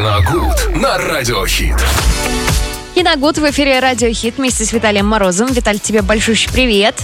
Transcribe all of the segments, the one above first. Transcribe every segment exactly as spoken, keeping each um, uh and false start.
Киногуд на Радиохит. Киногуд в эфире Радиохит вместе с Виталием Морозовым. Виталий, тебе большущий привет.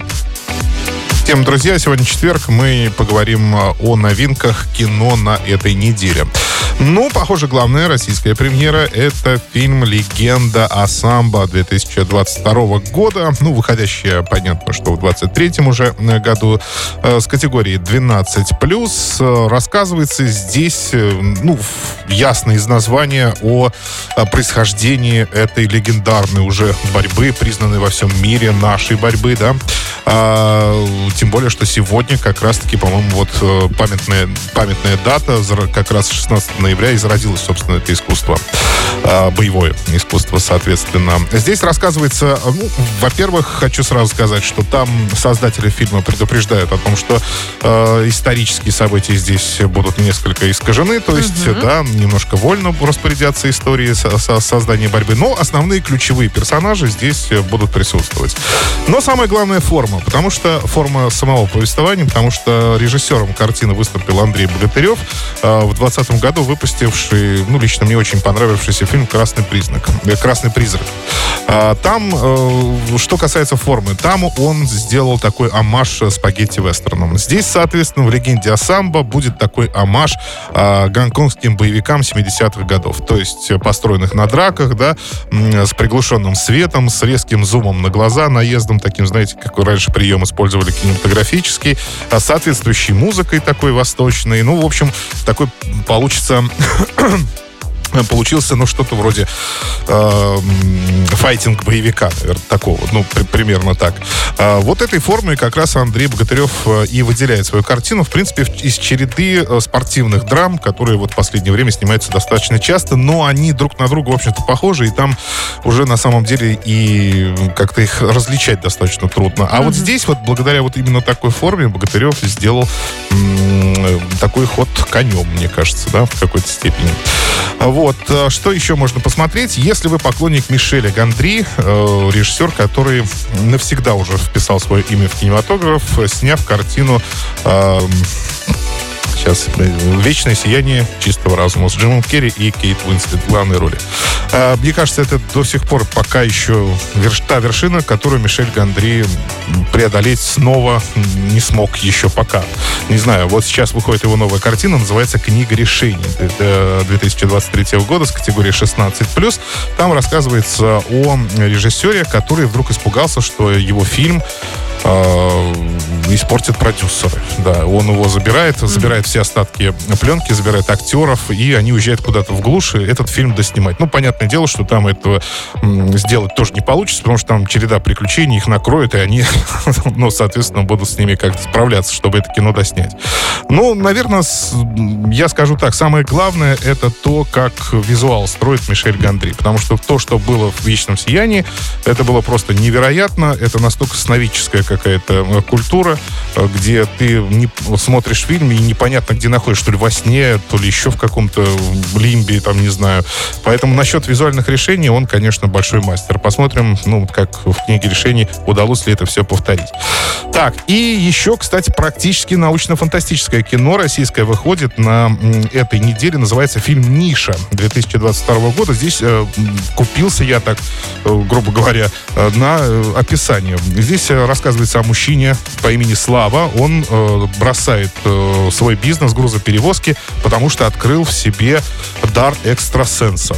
Всем, друзья, сегодня четверг, мы поговорим о новинках кино на этой неделе. Ну, похоже, главная российская премьера — это фильм «Легенда о самбо» две тысячи двадцать второго года. Ну, выходящая, понятно, что в двадцать третьем уже году, э, с категории двенадцать плюс. Э, рассказывается здесь, э, ну, ясно из названия, о, о происхождении этой легендарной уже борьбы, признанной во всем мире нашей борьбы, да. А, тем более, что сегодня как раз-таки, по-моему, вот памятная, памятная дата, как раз шестнадцатого ноября и зародилось, собственно, это искусство. А, боевое искусство, соответственно. Здесь рассказывается, ну, во-первых, хочу сразу сказать, что там создатели фильма предупреждают о том, что э, исторические события здесь будут несколько искажены, то есть, uh-huh. да, немножко вольно распорядятся историей со- со- создания борьбы, но основные ключевые персонажи здесь будут присутствовать. Но самое главное — форма. Потому что форма самого повествования, потому что режиссером картины выступил Андрей Богатырев, э, в двадцатом году выпустивший, ну, лично мне очень понравившийся фильм «Красный признак», э, «Красный призрак». А, там, э, что касается формы, там он сделал такой оммаж спагетти-вестерном. Здесь, соответственно, в «Легенде о самбо» будет такой оммаж э, гонконгским боевикам семидесятых годов. То есть построенных на драках, да, с приглушенным светом, с резким зумом на глаза, наездом таким, знаете, как раньше прием использовали кинематографический, соответствующей музыкой такой восточной. Ну, в общем, такой получится... Получился, ну, что-то вроде э, файтинг-боевика, наверное, такого, ну, при, примерно так. Э, вот этой формой как раз Андрей Богатырев э, и выделяет свою картину, в принципе, из череды э, спортивных драм, которые вот в последнее время снимаются достаточно часто, но они друг на друга, в общем-то, похожи, и там уже на самом деле и как-то их различать достаточно трудно. А mm-hmm. вот здесь вот благодаря вот именно такой форме Богатырев сделал м- такой ход конем, мне кажется, да, в какой-то степени. Вот, что еще можно посмотреть? Если вы поклонник Мишеля Гондри, э, режиссер, который навсегда уже вписал свое имя в кинематограф, сняв картину э, сейчас «Вечное сияние чистого разума» с Джимом Керри и Кейт Уинслет в главной роли. Э, мне кажется, это до сих пор пока еще верш, та вершина, которую Мишель Гондри преодолеть снова не смог еще пока. Не знаю, вот сейчас выходит его новая картина, называется «Книга решений» две тысячи двадцать третьего года с категории шестнадцать плюс. Там рассказывается о режиссере, который вдруг испугался, что его фильм э, испортит продюсеры. Да, он его забирает, забирает все остатки пленки, забирает актеров, и они уезжают куда-то в глушь, и этот фильм доснимать. Ну, понятное дело, что там этого м, сделать тоже не получится, потому что там череда приключений, их накроют, и они, ну, соответственно, будут с ними как-то справляться, чтобы это кино доснять. Ну, наверное, с, я скажу так, самое главное — это то, как визуал строит Мишель Гондри, потому что то, что было в «Вечном сиянии», это было просто невероятно, это настолько сновидческая какая-то культура, где ты не смотришь фильм и непонятно, где находишься, то ли во сне, то ли еще в каком-то лимбе, там, не знаю. Поэтому насчет визуальных решений он, конечно, большой мастер. Посмотрим, ну, как в «Книге решений» удалось ли это все повторить. Так, и еще, кстати, практически научно-фантастическое кино российское выходит на этой неделе. Называется фильм «Ниша» две тысячи двадцать второго года. Здесь э, купился я так, э, грубо говоря, э, на э, описание. Здесь э, рассказывается о мужчине по имени Слава. Он э, бросает э, свой бизнес грузоперевозки, потому что открыл в себе дар экстрасенса.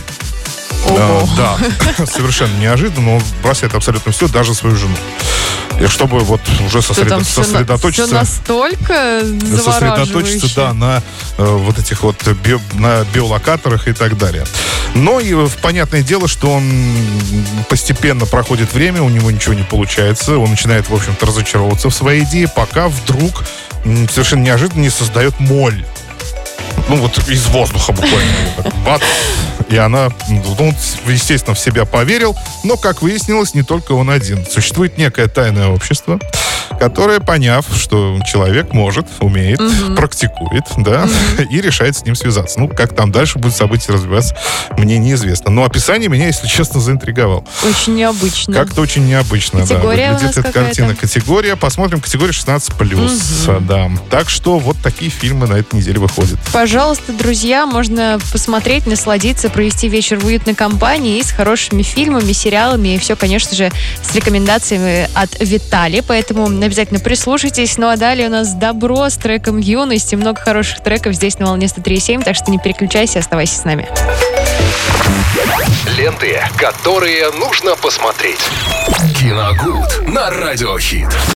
А, да, совершенно неожиданно. Он бросает абсолютно все, даже свою жену. И чтобы вот уже сосредо... сосредоточиться... Все настолько сосредоточиться, да, на э, вот этих вот био... на биолокаторах и так далее. Но и понятное дело, что он постепенно проходит время, у него ничего не получается. Он начинает, в общем-то, разочаровываться в своей идее, пока вдруг совершенно неожиданно не создает моль. Ну, вот из воздуха буквально. Вот, бац. И она, ну, естественно, в себя поверил. Но, как выяснилось, не только он один. Существует некое тайное общество, которая, поняв, что человек может, умеет, угу. практикует, да, угу. и решает с ним связаться. Ну, как там дальше будет события развиваться, мне неизвестно. Но описание меня, если честно, заинтриговало. Очень необычно. Как-то очень необычно, категория да. Выглядит эта картина. Категория, посмотрим, категория шестнадцать плюс, угу. да. Так что вот такие фильмы на этой неделе выходят. Пожалуйста, друзья, можно посмотреть, насладиться, провести вечер в уютной компании и с хорошими фильмами, сериалами, и все, конечно же, с рекомендациями от Витали, поэтому обязательно прислушайтесь. Ну а далее у нас добро с треком «Юность» и много хороших треков здесь на волне сто три и семь, так что не переключайся, оставайся с нами. Ленты, которые нужно посмотреть. Киногуд на Радиохит.